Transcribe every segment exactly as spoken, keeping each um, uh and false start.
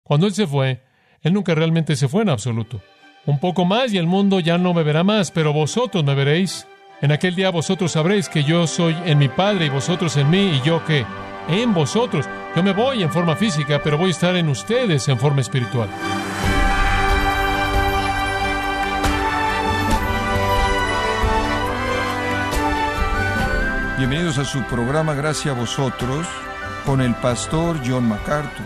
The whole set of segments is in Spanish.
Cuando Él se fue, Él nunca realmente se fue en absoluto. Un poco más y el mundo ya no me verá más, pero vosotros me veréis. En aquel día vosotros sabréis que yo soy en mi Padre y vosotros en mí, y yo que en vosotros. Yo me voy en forma física, pero voy a estar en ustedes en forma espiritual. Bienvenidos a su programa Gracias a Vosotros con el pastor John MacArthur.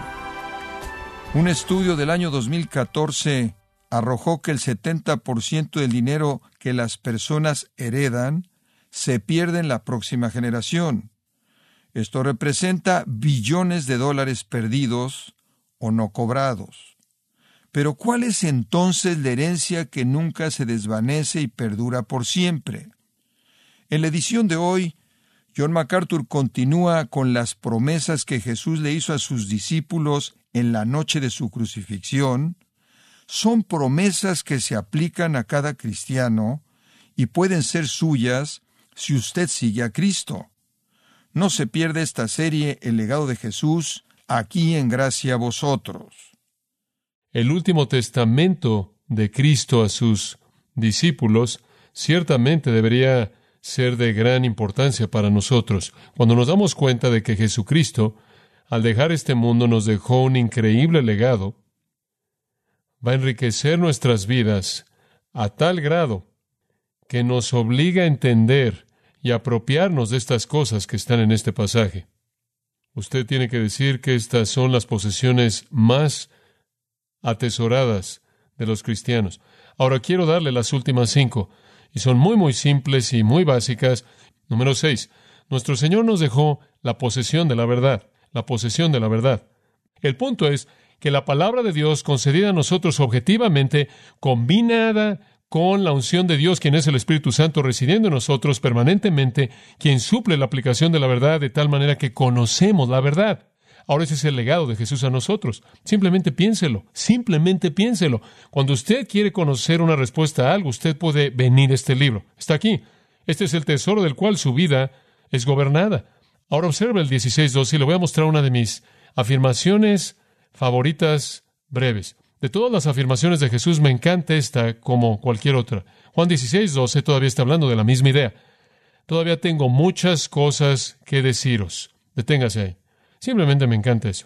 Un estudio del año dos mil catorce arrojó que el setenta por ciento del dinero que las personas heredan se pierde en la próxima generación. Esto representa billones de dólares perdidos o no cobrados. Pero ¿cuál es entonces la herencia que nunca se desvanece y perdura por siempre? En la edición de hoy, John MacArthur continúa con las promesas que Jesús le hizo a sus discípulos en la noche de su crucifixión. Son promesas que se aplican a cada cristiano y pueden ser suyas si usted sigue a Cristo. No se pierda esta serie El legado de Jesús, aquí en Gracia a Vosotros. El último testamento de Cristo a sus discípulos ciertamente debería ser de gran importancia para nosotros. Cuando nos damos cuenta de que Jesucristo, al dejar este mundo, nos dejó un increíble legado, va a enriquecer nuestras vidas a tal grado que nos obliga a entender y apropiarnos de estas cosas que están en este pasaje. Usted tiene que decir que estas son las posesiones más atesoradas de los cristianos. Ahora quiero darle las últimas cinco, y son muy, muy simples y muy básicas. Número seis. Nuestro Señor nos dejó la posesión de la verdad, la posesión de la verdad. El punto es que la palabra de Dios concedida a nosotros objetivamente, combinada con la unción de Dios, quien es el Espíritu Santo residiendo en nosotros permanentemente, quien suple la aplicación de la verdad de tal manera que conocemos la verdad. Ahora ese es el legado de Jesús a nosotros. Simplemente piénselo, simplemente piénselo. Cuando usted quiere conocer una respuesta a algo, usted puede venir a este libro. Está aquí. Este es el tesoro del cual su vida es gobernada. Ahora observe el dieciséis doce y le voy a mostrar una de mis afirmaciones favoritas breves. De todas las afirmaciones de Jesús, me encanta esta como cualquier otra. Juan dieciséis doce todavía está hablando de la misma idea. Todavía tengo muchas cosas que deciros. Deténgase ahí. Simplemente me encanta eso.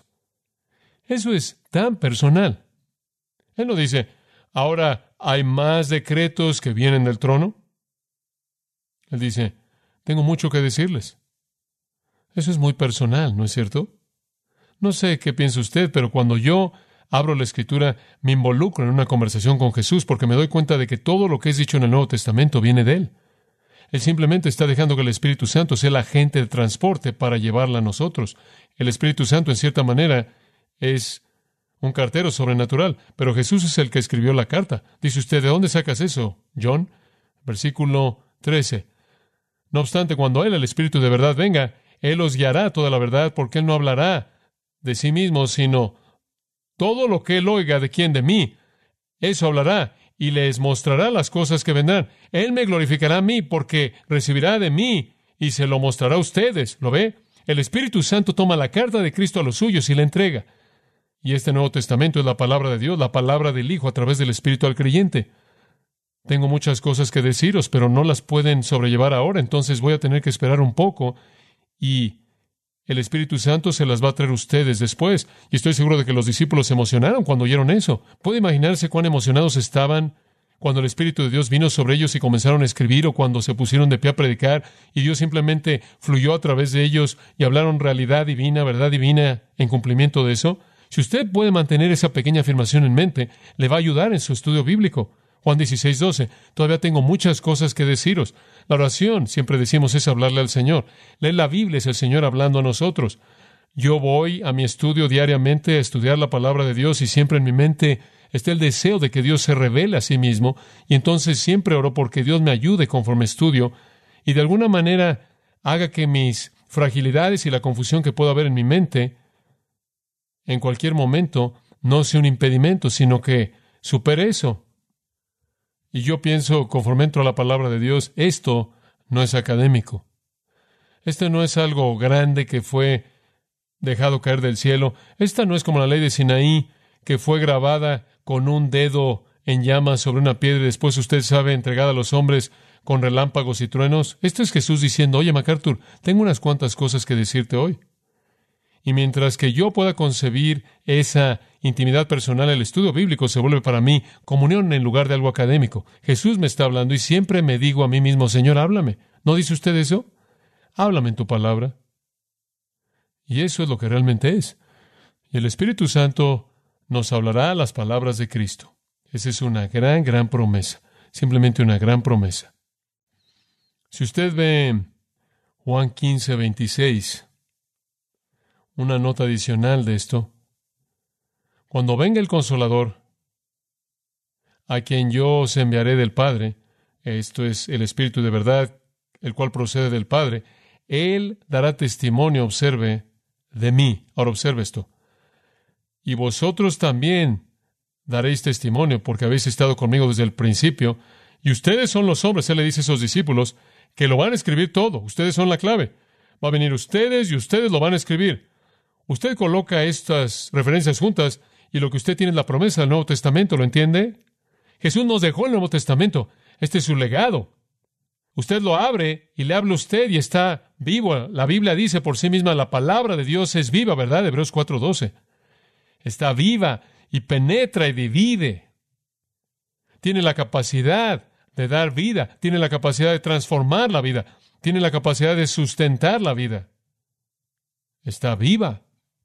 Eso es tan personal. Él no dice, ahora hay más decretos que vienen del trono. Él dice, tengo mucho que decirles. Eso es muy personal, ¿no es cierto? No sé qué piensa usted, pero cuando yo abro la Escritura, me involucro en una conversación con Jesús porque me doy cuenta de que todo lo que es dicho en el Nuevo Testamento viene de Él. Él simplemente está dejando que el Espíritu Santo sea el agente de transporte para llevarla a nosotros. El Espíritu Santo, en cierta manera, es un cartero sobrenatural, pero Jesús es el que escribió la carta. Dice usted, ¿de dónde sacas eso, John? Versículo trece. No obstante, cuando Él, el Espíritu de verdad, venga, Él os guiará a toda la verdad, porque Él no hablará de sí mismo, sino todo lo que Él oiga de quién, de mí, eso hablará, y les mostrará las cosas que vendrán. Él me glorificará a mí, porque recibirá de mí, y se lo mostrará a ustedes. ¿Lo ve? El Espíritu Santo toma la carta de Cristo a los suyos y la entrega. Y este Nuevo Testamento es la palabra de Dios, la palabra del Hijo a través del Espíritu al creyente. Tengo muchas cosas que deciros, pero no las pueden sobrellevar ahora, entonces voy a tener que esperar un poco, y el Espíritu Santo se las va a traer a ustedes después. Y estoy seguro de que los discípulos se emocionaron cuando oyeron eso. ¿Puede imaginarse cuán emocionados estaban cuando el Espíritu de Dios vino sobre ellos y comenzaron a escribir, o cuando se pusieron de pie a predicar y Dios simplemente fluyó a través de ellos y hablaron realidad divina, verdad divina en cumplimiento de eso? Si usted puede mantener esa pequeña afirmación en mente, le va a ayudar en su estudio bíblico. Juan dieciséis doce. Todavía tengo muchas cosas que deciros. La oración, siempre decimos, es hablarle al Señor. Leer la Biblia es el Señor hablando a nosotros. Yo voy a mi estudio diariamente a estudiar la palabra de Dios y siempre en mi mente está el deseo de que Dios se revele a sí mismo, y entonces siempre oro porque Dios me ayude conforme estudio y de alguna manera haga que mis fragilidades y la confusión que pueda haber en mi mente en cualquier momento no sea un impedimento, sino que supere eso. Y yo pienso, conforme entro a la palabra de Dios, esto no es académico. Esto no es algo grande que fue dejado caer del cielo. Esta no es como la ley de Sinaí, que fue grabada con un dedo en llamas sobre una piedra y después, usted sabe, entregada a los hombres con relámpagos y truenos? Esto es Jesús diciendo, oye, MacArthur, tengo unas cuantas cosas que decirte hoy. Y mientras que yo pueda concebir esa intimidad personal, el estudio bíblico se vuelve para mí comunión en lugar de algo académico. Jesús me está hablando y siempre me digo a mí mismo, Señor, háblame. ¿No dice usted eso? Háblame en tu palabra. Y eso es lo que realmente es. Y el Espíritu Santo nos hablará las palabras de Cristo. Esa es una gran, gran promesa. Simplemente una gran promesa. Si usted ve Juan quince, veintiséis, una nota adicional de esto. Cuando venga el Consolador, a quien yo os enviaré del Padre, esto es el Espíritu de verdad, el cual procede del Padre, Él dará testimonio, observe, de mí. Ahora observe esto. Y vosotros también daréis testimonio, porque habéis estado conmigo desde el principio, y ustedes son los hombres, Él le dice a esos discípulos, que lo van a escribir todo. Ustedes son la clave. Va a venir ustedes y ustedes lo van a escribir. Usted coloca estas referencias juntas y lo que usted tiene es la promesa del Nuevo Testamento, ¿lo entiende? Jesús nos dejó el Nuevo Testamento. Este es su legado. Usted lo abre y le habla a usted y está vivo. La Biblia dice por sí misma, la palabra de Dios es viva, ¿verdad? Hebreos cuatro doce. Está viva y penetra y divide. Tiene la capacidad de dar vida. Tiene la capacidad de transformar la vida. Tiene la capacidad de sustentar la vida. Está viva.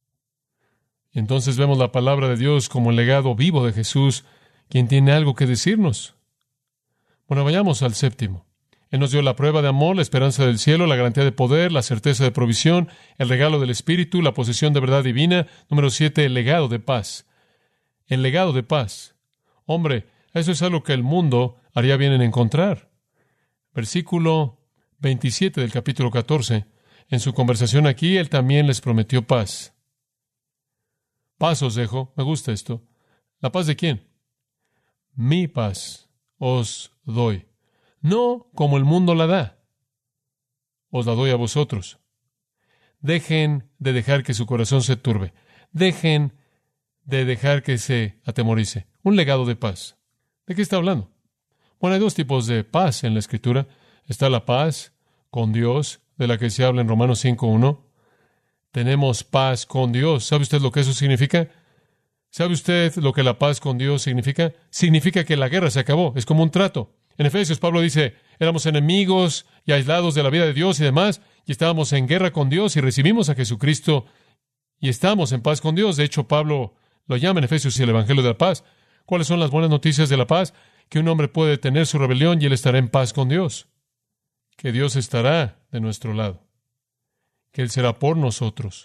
Y entonces vemos la palabra de Dios como el legado vivo de Jesús, quien tiene algo que decirnos. Bueno, vayamos al séptimo. Él nos dio la prueba de amor, la esperanza del cielo, la garantía de poder, la certeza de provisión, el regalo del Espíritu, la posesión de verdad divina. Número siete, el legado de paz. El legado de paz. Hombre, eso es algo que el mundo haría bien en encontrar. Versículo veintisiete del capítulo catorce. En su conversación aquí, Él también les prometió paz. Paz os dejo. Me gusta esto. ¿La paz de quién? Mi paz os doy. No como el mundo la da. Os la doy a vosotros. Dejen de dejar que su corazón se turbe. Dejen de dejar que se atemorice. Un legado de paz. ¿De qué está hablando? Bueno, hay dos tipos de paz en la Escritura. Está la paz con Dios, de la que se habla en Romanos cinco uno. Tenemos paz con Dios. ¿Sabe usted lo que eso significa? ¿Sabe usted lo que la paz con Dios significa? Significa que la guerra se acabó. Es como un trato. En Efesios, Pablo dice, éramos enemigos y aislados de la vida de Dios y demás, y estábamos en guerra con Dios y recibimos a Jesucristo y estamos en paz con Dios. De hecho, Pablo lo llama en Efesios el Evangelio de la paz. ¿Cuáles son las buenas noticias de la paz? Que un hombre puede tener su rebelión y él estará en paz con Dios. Que Dios estará de nuestro lado. Que Él será por nosotros.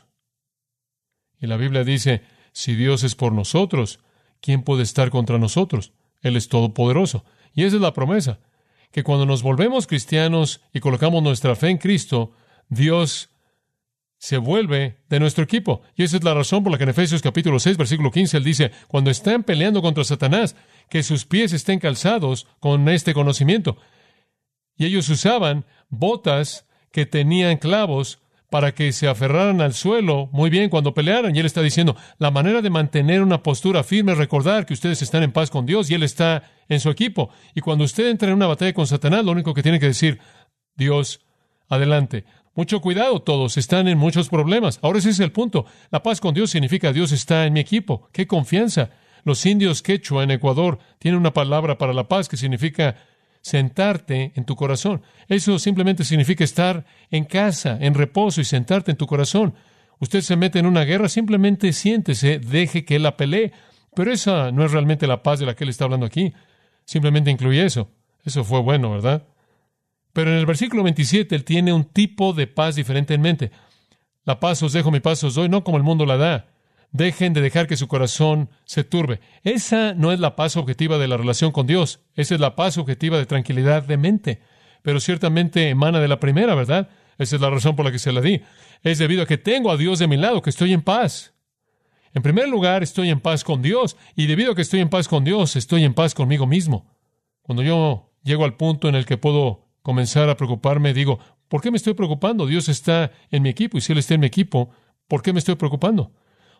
Y la Biblia dice, si Dios es por nosotros, ¿quién puede estar contra nosotros? Él es todopoderoso. Y esa es la promesa, que cuando nos volvemos cristianos y colocamos nuestra fe en Cristo, Dios se vuelve de nuestro equipo. Y esa es la razón por la que en Efesios capítulo seis, versículo quince, Él dice, cuando están peleando contra Satanás, que sus pies estén calzados con este conocimiento. Y ellos usaban botas que tenían clavos para que se aferraran al suelo muy bien cuando pelearan. Y Él está diciendo, la manera de mantener una postura firme es recordar que ustedes están en paz con Dios y Él está en su equipo. Y cuando usted entra en una batalla con Satanás, lo único que tiene que decir, Dios, adelante. Mucho cuidado, todos están en muchos problemas. Ahora ese es el punto. La paz con Dios significa Dios está en mi equipo. ¡Qué confianza! Los indios quechua en Ecuador tienen una palabra para la paz que significa sentarte en tu corazón. Eso simplemente significa estar en casa, en reposo y sentarte en tu corazón. Usted se mete en una guerra, simplemente siéntese, deje que Él la pelee. Pero esa no es realmente la paz de la que Él está hablando aquí. Simplemente incluye eso. Eso fue bueno, ¿verdad? Pero en el versículo veintisiete, Él tiene un tipo de paz diferente en mente. La paz os dejo, mi paz os doy, no como el mundo la da. Dejen de dejar que su corazón se turbe. Esa no es la paz objetiva de la relación con Dios. Esa es la paz objetiva de tranquilidad de mente. Pero ciertamente emana de la primera, ¿verdad? Esa es la razón por la que se la di. Es debido a que tengo a Dios de mi lado, que estoy en paz. En primer lugar, estoy en paz con Dios. Y debido a que estoy en paz con Dios, estoy en paz conmigo mismo. Cuando yo llego al punto en el que puedo comenzar a preocuparme, digo, ¿por qué me estoy preocupando? Dios está en mi equipo. Y si Él está en mi equipo, ¿por qué me estoy preocupando?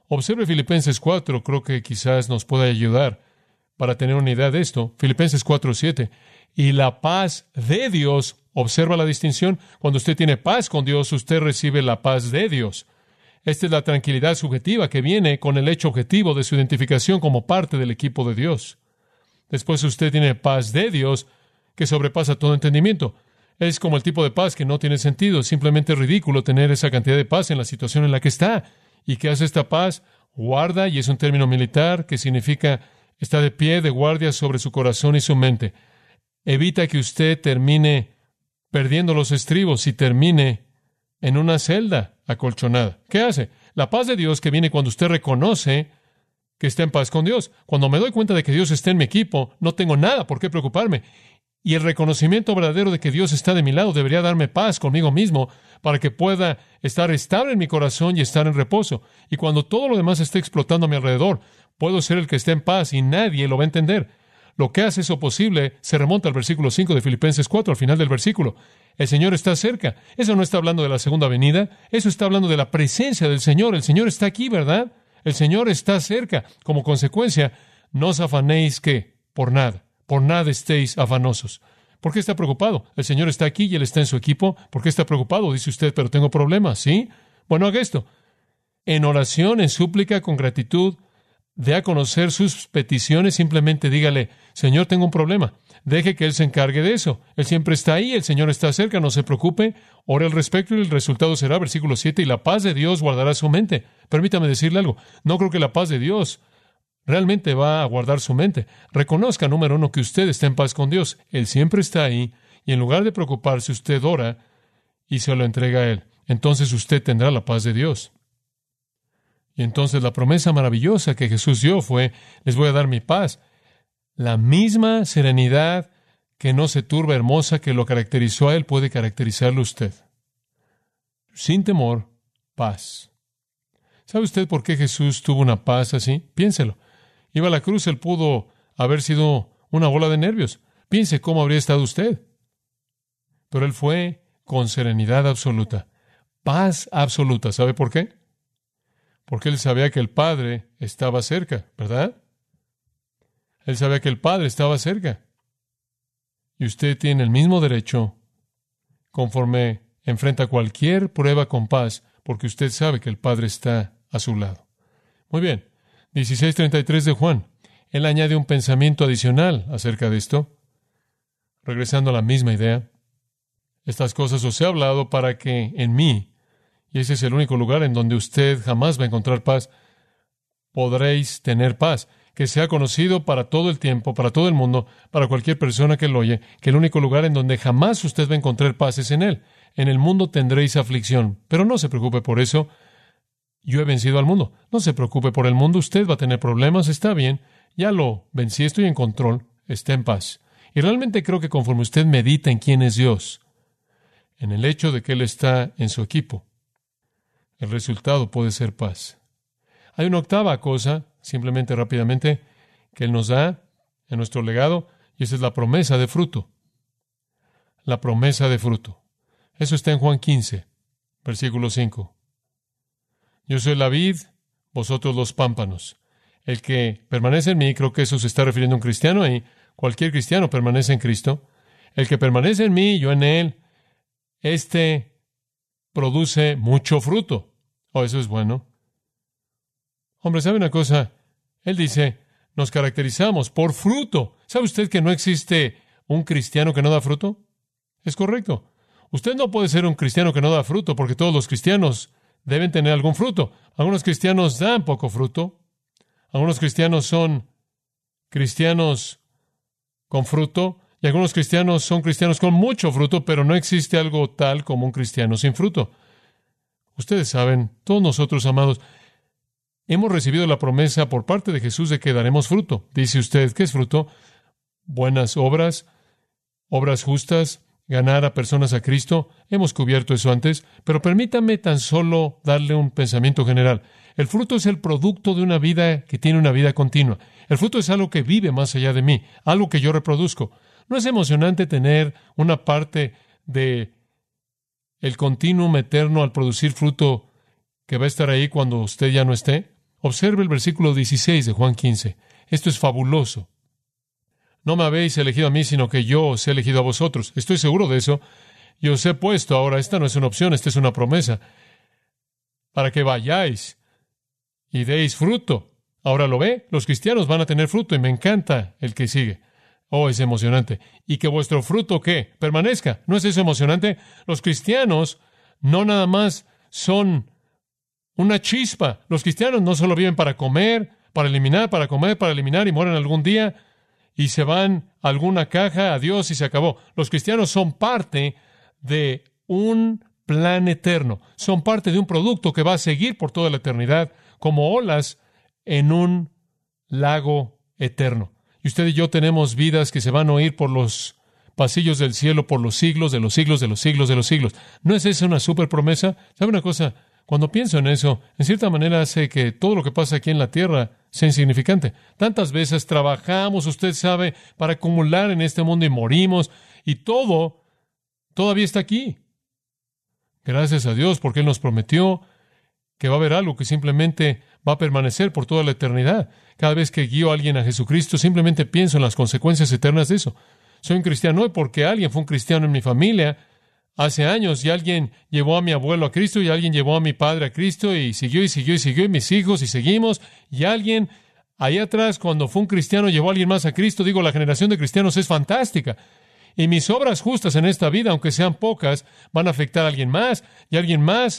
Observe Filipenses cuatro, creo que quizás nos pueda ayudar para tener una idea de esto. Filipenses cuatro siete. Y la paz de Dios, observa la distinción. Cuando usted tiene paz con Dios, usted recibe la paz de Dios. Esta es la tranquilidad subjetiva que viene con el hecho objetivo de su identificación como parte del equipo de Dios. Después usted tiene paz de Dios que sobrepasa todo entendimiento. Es como el tipo de paz que no tiene sentido. Simplemente es ridículo tener esa cantidad de paz en la situación en la que está. ¿Y qué hace esta paz? Guarda, y es un término militar que significa está de pie, de guardia sobre su corazón y su mente. Evita que usted termine perdiendo los estribos y termine en una celda acolchonada. ¿Qué hace? La paz de Dios que viene cuando usted reconoce que está en paz con Dios. Cuando me doy cuenta de que Dios está en mi equipo, no tengo nada por qué preocuparme. Y el reconocimiento verdadero de que Dios está de mi lado debería darme paz conmigo mismo para que pueda estar estable en mi corazón y estar en reposo. Y cuando todo lo demás esté explotando a mi alrededor, puedo ser el que esté en paz y nadie lo va a entender. Lo que hace eso posible se remonta al versículo cinco de Filipenses cuatro, al final del versículo. El Señor está cerca. Eso no está hablando de la segunda venida. Eso está hablando de la presencia del Señor. El Señor está aquí, ¿verdad? El Señor está cerca. Como consecuencia, no os afanéis que por nada. Por nada estéis afanosos. ¿Por qué está preocupado? El Señor está aquí y Él está en su equipo. ¿Por qué está preocupado? Dice usted, pero tengo problemas, ¿sí? Bueno, haga esto. En oración, en súplica, con gratitud, dé a conocer sus peticiones. Simplemente dígale, Señor, tengo un problema. Deje que Él se encargue de eso. Él siempre está ahí, el Señor está cerca, no se preocupe. Ore al respecto y el resultado será, versículo siete, y la paz de Dios guardará su mente. Permítame decirle algo. No creo que la paz de Dios realmente va a guardar su mente. Reconozca, número uno, que usted está en paz con Dios. Él siempre está ahí, y en lugar de preocuparse, usted ora y se lo entrega a Él. Entonces usted tendrá la paz de Dios. Y entonces la promesa maravillosa que Jesús dio fue, les voy a dar mi paz. La misma serenidad que no se turba, hermosa, que lo caracterizó a Él, puede caracterizarlo a usted. Sin temor, paz. ¿Sabe usted por qué Jesús tuvo una paz así? Piénselo. Iba a la cruz, Él pudo haber sido una bola de nervios. Piense cómo habría estado usted. Pero Él fue con serenidad absoluta. Paz absoluta. ¿Sabe por qué? Porque Él sabía que el Padre estaba cerca, ¿verdad? Él sabía que el Padre estaba cerca. Y usted tiene el mismo derecho conforme enfrenta cualquier prueba con paz, porque usted sabe que el Padre está a su lado. Muy bien. dieciséis treinta y tres de Juan. Él añade un pensamiento adicional acerca de esto. Regresando a la misma idea. Estas cosas os he hablado para que en mí, y ese es el único lugar en donde usted jamás va a encontrar paz, podréis tener paz. Que sea conocido para todo el tiempo, para todo el mundo, para cualquier persona que lo oye, que el único lugar en donde jamás usted va a encontrar paz es en Él. En el mundo tendréis aflicción, pero no se preocupe por eso. Yo he vencido al mundo. No se preocupe por el mundo, usted va a tener problemas, está bien. Ya lo vencí, estoy en control, está en paz. Y realmente creo que conforme usted medita en quién es Dios, en el hecho de que Él está en su equipo, el resultado puede ser paz. Hay una octava cosa, simplemente rápidamente, que Él nos da en nuestro legado, y esa es la promesa de fruto. La promesa de fruto. Eso está en Juan quince, versículo cinco. Yo soy la vid, vosotros los pámpanos. El que permanece en mí, creo que eso se está refiriendo a un cristiano, y cualquier cristiano permanece en Cristo. El que permanece en mí, yo en él, este produce mucho fruto. Oh, eso es bueno. Hombre, ¿sabe una cosa? Él dice, nos caracterizamos por fruto. ¿Sabe usted que no existe un cristiano que no da fruto? Es correcto. Usted no puede ser un cristiano que no da fruto, porque todos los cristianos deben tener algún fruto. Algunos cristianos dan poco fruto. Algunos cristianos son cristianos con fruto, y algunos cristianos son cristianos con mucho fruto, pero no existe algo tal como un cristiano sin fruto. Ustedes saben, todos nosotros, amados, hemos recibido la promesa por parte de Jesús de que daremos fruto. Dice usted, ¿qué es fruto? Buenas obras, obras justas, ganar a personas a Cristo. Hemos cubierto eso antes, pero permítame tan solo darle un pensamiento general. El fruto es el producto de una vida que tiene una vida continua. El fruto es algo que vive más allá de mí, algo que yo reproduzco. ¿No es emocionante tener una parte de el continuum eterno al producir fruto que va a estar ahí cuando usted ya no esté? Observe el versículo dieciséis de Juan quince. Esto es fabuloso. No me habéis elegido a mí, sino que yo os he elegido a vosotros. Estoy seguro de eso. Y os he puesto ahora, esta no es una opción, esta es una promesa, para que vayáis y deis fruto. Ahora lo ve, los cristianos van a tener fruto y me encanta el que sigue. Oh, es emocionante. Y que vuestro fruto, ¿qué? Permanezca. ¿No es eso emocionante? Los cristianos no nada más son una chispa. Los cristianos no solo viven para comer, para eliminar, para comer, para eliminar y mueren algún día y se van a alguna caja, adiós y se acabó. Los cristianos son parte de un plan eterno. Son parte de un producto que va a seguir por toda la eternidad como olas en un lago eterno. Y usted y yo tenemos vidas que se van a oír por los pasillos del cielo por los siglos, de los siglos, de los siglos, de los siglos. ¿No es esa una super promesa? ¿Sabe una cosa? Cuando pienso en eso, en cierta manera hace que todo lo que pasa aquí en la tierra sea insignificante. Tantas veces trabajamos, usted sabe, para acumular en este mundo y morimos, y todo todavía está aquí. Gracias a Dios, porque Él nos prometió que va a haber algo que simplemente va a permanecer por toda la eternidad. Cada vez que guío a alguien a Jesucristo, simplemente pienso en las consecuencias eternas de eso. Soy un cristiano hoy porque alguien fue un cristiano en mi familia hace años, y alguien llevó a mi abuelo a Cristo, y alguien llevó a mi padre a Cristo, y siguió, y siguió, y siguió, y mis hijos, y seguimos, y alguien ahí atrás, cuando fue un cristiano, llevó a alguien más a Cristo. Digo, la generación de cristianos es fantástica. Y mis obras justas en esta vida, aunque sean pocas, van a afectar a alguien más, y a alguien más,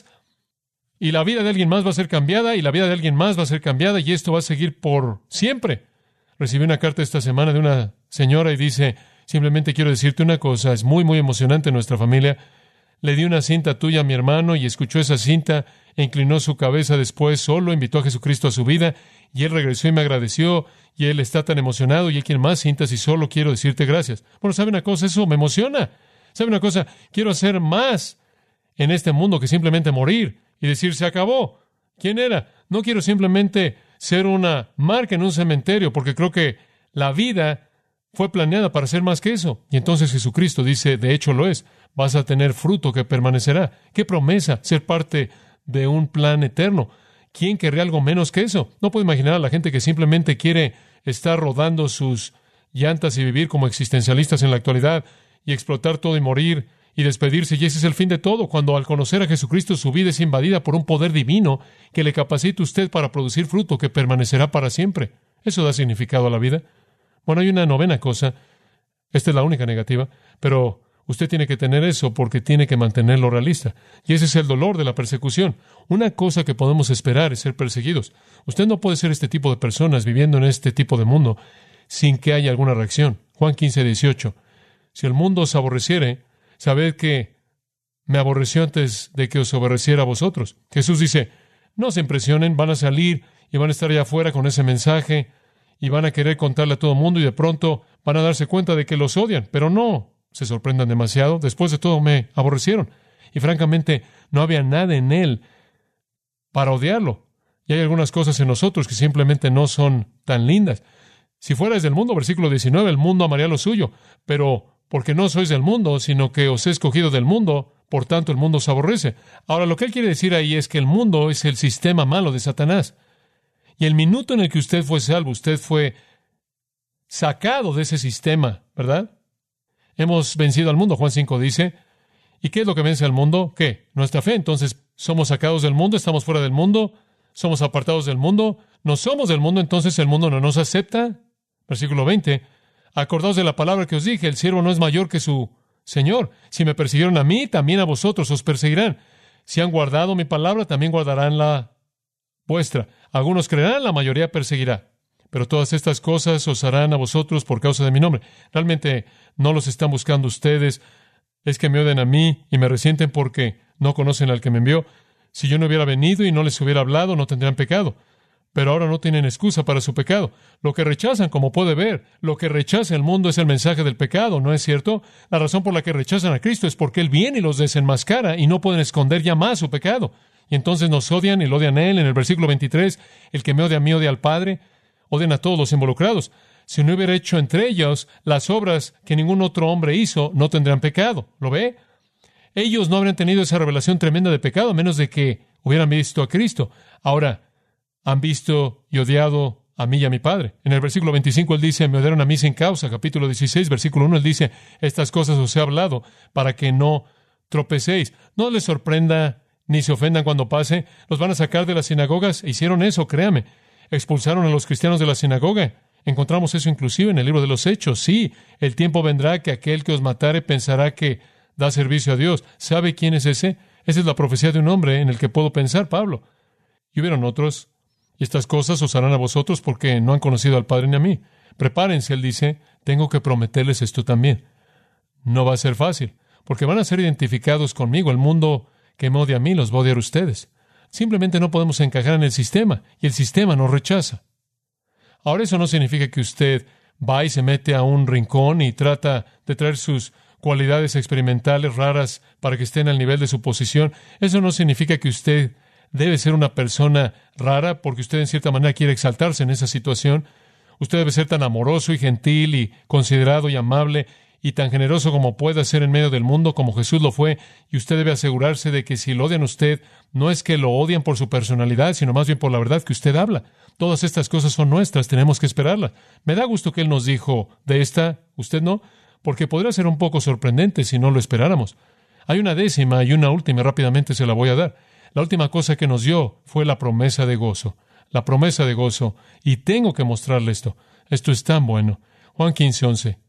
y la vida de alguien más va a ser cambiada, y la vida de alguien más va a ser cambiada, y esto va a seguir por siempre. Recibí una carta esta semana de una señora y dice: simplemente quiero decirte una cosa, es muy, muy emocionante en nuestra familia. Le di una cinta tuya a mi hermano y escuchó esa cinta e inclinó su cabeza después solo, invitó a Jesucristo a su vida, y él regresó y me agradeció, y él está tan emocionado, y él quiere más cintas, y solo quiero decirte gracias. Bueno, ¿sabe una cosa? Eso me emociona. ¿Sabe una cosa? Quiero hacer más en este mundo que simplemente morir y decir, se acabó. ¿Quién era? No quiero simplemente ser una marca en un cementerio, porque creo que la vida fue planeada para ser más que eso. Y entonces Jesucristo dice, de hecho lo es, vas a tener fruto que permanecerá. ¡Qué promesa! Ser parte de un plan eterno. ¿Quién querría algo menos que eso? No puedo imaginar a la gente que simplemente quiere estar rodando sus llantas y vivir como existencialistas en la actualidad y explotar todo y morir y despedirse. Y ese es el fin de todo, cuando al conocer a Jesucristo su vida es invadida por un poder divino que le capacita a usted para producir fruto que permanecerá para siempre. Eso da significado a la vida. Bueno, hay una novena cosa. Esta es la única negativa, pero usted tiene que tener eso porque tiene que mantenerlo realista. Y ese es el dolor de la persecución. Una cosa que podemos esperar es ser perseguidos. Usted no puede ser este tipo de personas viviendo en este tipo de mundo sin que haya alguna reacción. Juan quince, dieciocho. Si el mundo os aborreciere, sabed que me aborreció antes de que os aborreciera a vosotros. Jesús dice, no se impresionen, van a salir y van a estar allá afuera con ese mensaje y van a querer contarle a todo el mundo y de pronto van a darse cuenta de que los odian, pero no se sorprendan demasiado. Después de todo me aborrecieron y francamente no había nada en él para odiarlo. Y hay algunas cosas en nosotros que simplemente no son tan lindas. Si fuerais del mundo, versículo diecinueve, el mundo amaría lo suyo, pero porque no sois del mundo, sino que os he escogido del mundo, por tanto el mundo os aborrece. Ahora, lo que él quiere decir ahí es que el mundo es el sistema malo de Satanás. Y el minuto en el que usted fue salvo, usted fue sacado de ese sistema, ¿verdad? Hemos vencido al mundo, Juan cinco dice. ¿Y qué es lo que vence al mundo? ¿Qué? Nuestra fe. Entonces, somos sacados del mundo, estamos fuera del mundo, somos apartados del mundo, no somos del mundo, entonces el mundo no nos acepta. Versículo veinte. Acordaos de la palabra que os dije, el siervo no es mayor que su Señor. Si me persiguieron a mí, también a vosotros os perseguirán. Si han guardado mi palabra, también guardarán la vuestra. Algunos creerán, la mayoría perseguirá. Pero todas estas cosas os harán a vosotros por causa de mi nombre. Realmente no los están buscando ustedes. Es que me odian a mí y me resienten porque no conocen al que me envió. Si yo no hubiera venido y no les hubiera hablado, no tendrían pecado. Pero ahora no tienen excusa para su pecado. Lo que rechazan, como puede ver, lo que rechaza el mundo es el mensaje del pecado, ¿no es cierto? La razón por la que rechazan a Cristo es porque Él viene y los desenmascara y no pueden esconder ya más su pecado. Y entonces nos odian y lo odian a Él. En el versículo veintitrés, el que me odia a mí odia al Padre. Odian a todos los involucrados. Si no hubiera hecho entre ellos las obras que ningún otro hombre hizo, no tendrían pecado. ¿Lo ve? Ellos no habrían tenido esa revelación tremenda de pecado a menos de que hubieran visto a Cristo. Ahora, han visto y odiado a mí y a mi Padre. En el versículo veinticinco él dice, me odiaron a mí sin causa. Capítulo dieciséis, versículo uno, él dice, estas cosas os he hablado para que no tropecéis. No les sorprenda ni se ofendan cuando pase. Los van a sacar de las sinagogas. Hicieron eso, créame. Expulsaron a los cristianos de la sinagoga. Encontramos eso inclusive en el libro de los Hechos. Sí, el tiempo vendrá que aquel que os matare pensará que da servicio a Dios. ¿Sabe quién es ese? Esa es la profecía de un hombre en el que puedo pensar, Pablo. Y hubieron otros. Y estas cosas os harán a vosotros porque no han conocido al Padre ni a mí. Prepárense, él dice, tengo que prometerles esto también. No va a ser fácil, porque van a ser identificados conmigo. El mundo que me odia a mí los va a odiar a ustedes. Simplemente no podemos encajar en el sistema, y el sistema nos rechaza. Ahora, eso no significa que usted va y se mete a un rincón y trata de traer sus cualidades experimentales raras para que estén al nivel de su posición. Eso no significa que usted debe ser una persona rara porque usted en cierta manera quiere exaltarse en esa situación. Usted debe ser tan amoroso y gentil y considerado y amable y tan generoso como pueda ser en medio del mundo como Jesús lo fue, y usted debe asegurarse de que si lo odian a usted, no es que lo odian por su personalidad, sino más bien por la verdad que usted habla. Todas estas cosas son nuestras, tenemos que esperarlas. Me da gusto que Él nos dijo de esta, usted no, porque podría ser un poco sorprendente si no lo esperáramos. Hay una décima y una última, y rápidamente se la voy a dar. La última cosa que nos dio fue la promesa de gozo. La promesa de gozo. Y tengo que mostrarle esto. Esto es tan bueno. Juan quince, once.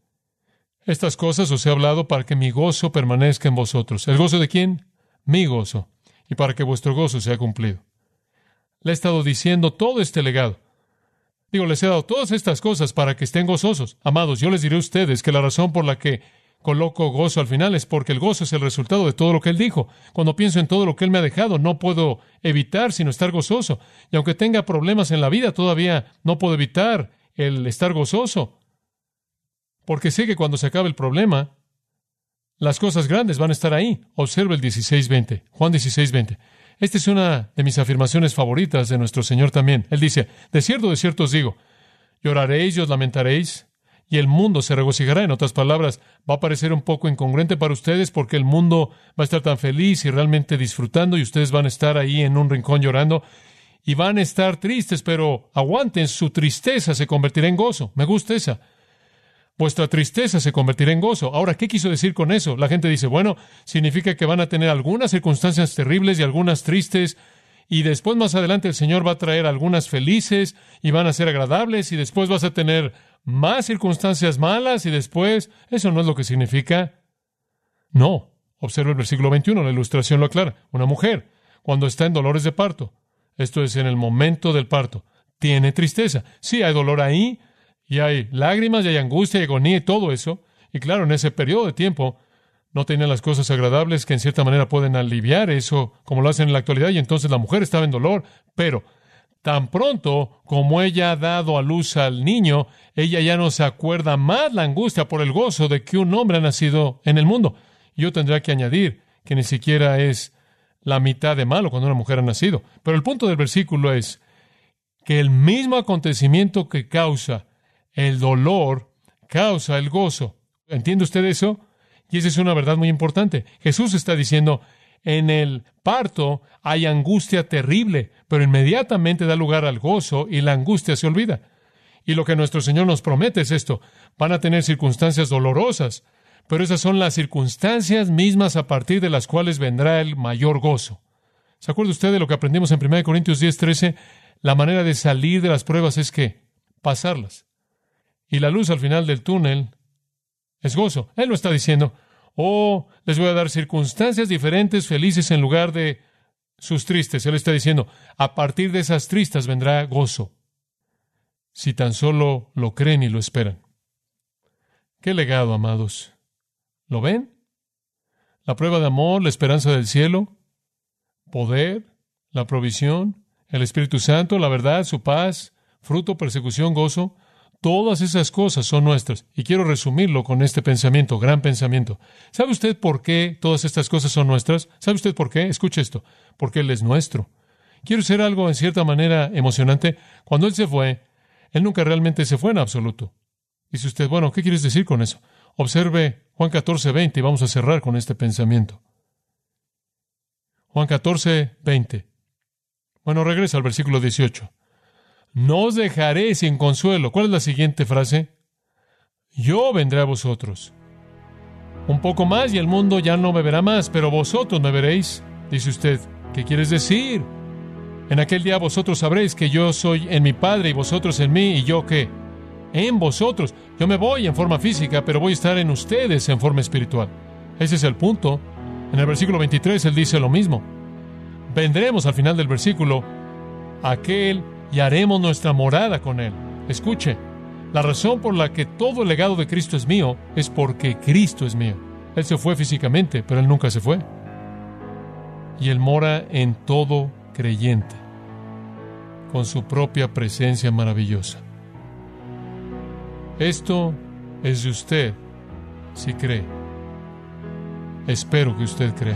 Estas cosas os he hablado para que mi gozo permanezca en vosotros. ¿El gozo de quién? Mi gozo. Y para que vuestro gozo sea cumplido. Le he estado diciendo todo este legado. Digo, les he dado todas estas cosas para que estén gozosos. Amados, yo les diré a ustedes que la razón por la que coloco gozo al final es porque el gozo es el resultado de todo lo que Él dijo. Cuando pienso en todo lo que Él me ha dejado, no puedo evitar sino estar gozoso. Y aunque tenga problemas en la vida, todavía no puedo evitar el estar gozoso. Porque sé que cuando se acabe el problema, las cosas grandes van a estar ahí. Observe el dieciséis veinte. Juan dieciséis veinte. Esta es una de mis afirmaciones favoritas de nuestro Señor también. Él dice, de cierto, de cierto os digo, lloraréis y os lamentaréis, y el mundo se regocijará. En otras palabras, va a parecer un poco incongruente para ustedes porque el mundo va a estar tan feliz y realmente disfrutando, y ustedes van a estar ahí en un rincón llorando, y van a estar tristes, pero aguanten, su tristeza se convertirá en gozo. Me gusta esa. Vuestra tristeza se convertirá en gozo. Ahora, ¿qué quiso decir con eso? La gente dice, bueno, significa que van a tener algunas circunstancias terribles y algunas tristes, y después más adelante el Señor va a traer algunas felices y van a ser agradables, y después vas a tener más circunstancias malas, y después... Eso no es lo que significa. No. Observa el versículo veintiuno, la ilustración lo aclara. Una mujer, cuando está en dolores de parto, esto es en el momento del parto, tiene tristeza. Sí, hay dolor ahí, y hay lágrimas, y hay angustia, y agonía, y todo eso. Y claro, en ese periodo de tiempo no tenían las cosas agradables que en cierta manera pueden aliviar eso, como lo hacen en la actualidad, y entonces la mujer estaba en dolor. Pero tan pronto como ella ha dado a luz al niño, ella ya no se acuerda más la angustia por el gozo de que un hombre ha nacido en el mundo. Y yo tendría que añadir que ni siquiera es la mitad de malo cuando una mujer ha nacido. Pero el punto del versículo es que el mismo acontecimiento que causa el dolor causa el gozo. ¿Entiende usted eso? Y esa es una verdad muy importante. Jesús está diciendo, en el parto hay angustia terrible, pero inmediatamente da lugar al gozo y la angustia se olvida. Y lo que nuestro Señor nos promete es esto. Van a tener circunstancias dolorosas, pero esas son las circunstancias mismas a partir de las cuales vendrá el mayor gozo. ¿Se acuerda usted de lo que aprendimos en primera de Corintios diez, trece? La manera de salir de las pruebas es que pasarlas. Y la luz al final del túnel es gozo. Él no está diciendo, oh, les voy a dar circunstancias diferentes, felices en lugar de sus tristes. Él está diciendo, a partir de esas tristes vendrá gozo. Si tan solo lo creen y lo esperan. ¿Qué legado, amados? ¿Lo ven? La prueba de amor, la esperanza del cielo, poder, la provisión, el Espíritu Santo, la verdad, su paz, fruto, persecución, gozo. Todas esas cosas son nuestras. Y quiero resumirlo con este pensamiento, gran pensamiento. ¿Sabe usted por qué todas estas cosas son nuestras? ¿Sabe usted por qué? Escuche esto. Porque Él es nuestro. Quiero hacer algo en cierta manera emocionante. Cuando Él se fue, Él nunca realmente se fue en absoluto. Dice usted, bueno, ¿qué quieres decir con eso? Observe Juan catorce, veinte y vamos a cerrar con este pensamiento. Juan catorce, veinte. Bueno, regresa al versículo dieciocho. no os dejaré sin consuelo. ¿Cuál es la siguiente frase? Yo vendré a vosotros. Un poco más y el mundo ya no me verá más, pero vosotros me veréis. Dice usted, ¿qué quieres decir? En aquel día vosotros sabréis que yo soy en mi Padre y vosotros en mí, y yo ¿qué? En vosotros. Yo me voy en forma física, pero voy a estar en ustedes en forma espiritual. Ese es el punto. En el versículo veintitrés él dice lo mismo. Vendremos al final del versículo a aquel y haremos nuestra morada con él. Escuche, la razón por la que todo el legado de Cristo es mío es porque Cristo es mío. Él se fue físicamente, pero Él nunca se fue. Y Él mora en todo creyente, con su propia presencia maravillosa. Esto es de usted, si cree. Espero que usted crea.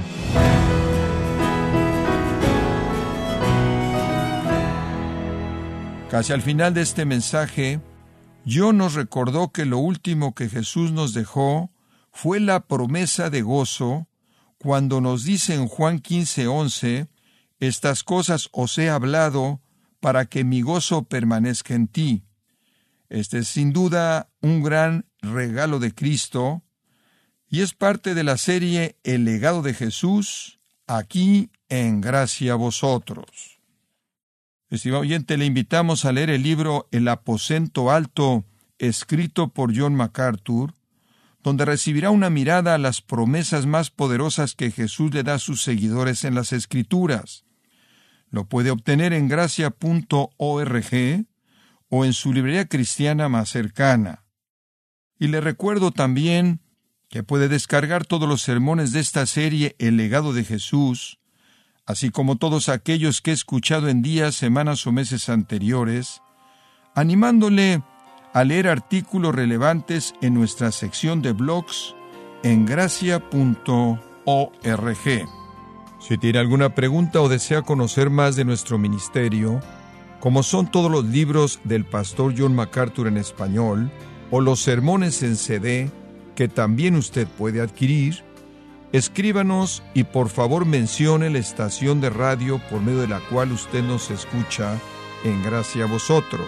Casi al final de este mensaje, John nos recordó que lo último que Jesús nos dejó fue la promesa de gozo cuando nos dice en Juan quince once, estas cosas os he hablado para que mi gozo permanezca en ti. Este es sin duda un gran regalo de Cristo y es parte de la serie El legado de Jesús, aquí en Gracia a Vosotros. Estimado oyente, le invitamos a leer el libro El aposento alto, escrito por John MacArthur, donde recibirá una mirada a las promesas más poderosas que Jesús le da a sus seguidores en las Escrituras. Lo puede obtener en gracia punto org o en su librería cristiana más cercana. Y le recuerdo también que puede descargar todos los sermones de esta serie El legado de Jesús, así como todos aquellos que he escuchado en días, semanas o meses anteriores, animándole a leer artículos relevantes en nuestra sección de blogs en gracia punto org. Si tiene alguna pregunta o desea conocer más de nuestro ministerio, como son todos los libros del pastor John MacArthur en español, o los sermones en C D, que también usted puede adquirir, escríbanos y por favor mencione la estación de radio por medio de la cual usted nos escucha en Gracia a Vosotros.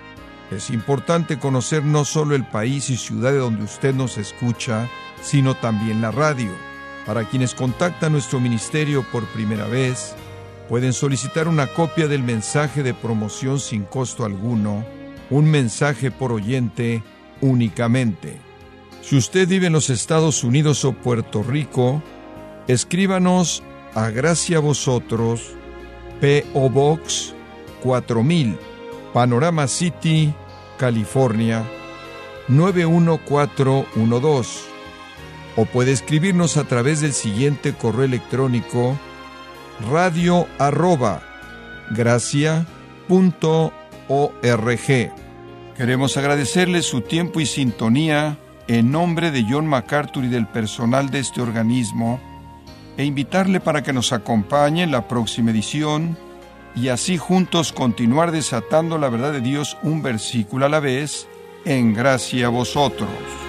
Es importante conocer no solo el país y ciudad de donde usted nos escucha, sino también la radio. Para quienes contactan nuestro ministerio por primera vez, pueden solicitar una copia del mensaje de promoción sin costo alguno, un mensaje por oyente únicamente. Si usted vive en los Estados Unidos o Puerto Rico, escríbanos a Gracia a Vosotros, P O Box cuatro mil, Panorama City, California, nueve uno cuatro uno dos. O puede escribirnos a través del siguiente correo electrónico, radio arroba gracia punto org. Queremos agradecerle su tiempo y sintonía en nombre de John MacArthur y del personal de este organismo, e invitarle para que nos acompañe en la próxima edición y así juntos continuar desatando la verdad de Dios un versículo a la vez en Gracia a Vosotros.